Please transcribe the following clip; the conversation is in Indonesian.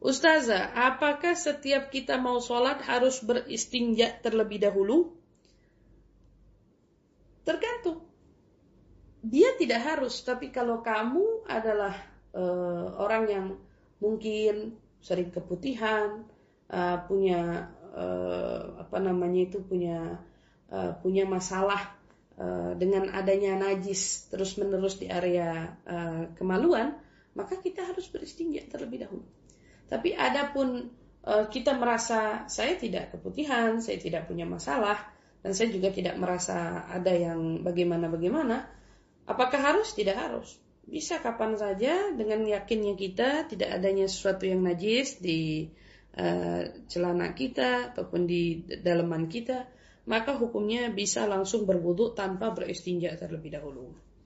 Ustazah, apakah setiap kita mau sholat harus beristinja terlebih dahulu? Tergantung. Dia tidak harus, tapi kalau kamu adalah orang yang mungkin sering keputihan, punya punya masalah dengan adanya najis terus-menerus di area kemaluan, maka kita harus beristinja terlebih dahulu. Tapi adapun kita merasa saya tidak keputihan, saya tidak punya masalah, dan saya juga tidak merasa ada yang bagaimana-bagaimana, apakah harus? Tidak harus. Bisa kapan saja dengan yakinnya kita tidak adanya sesuatu yang najis di celana kita ataupun di dalaman kita, maka hukumnya bisa langsung berwudu tanpa beristinja terlebih dahulu.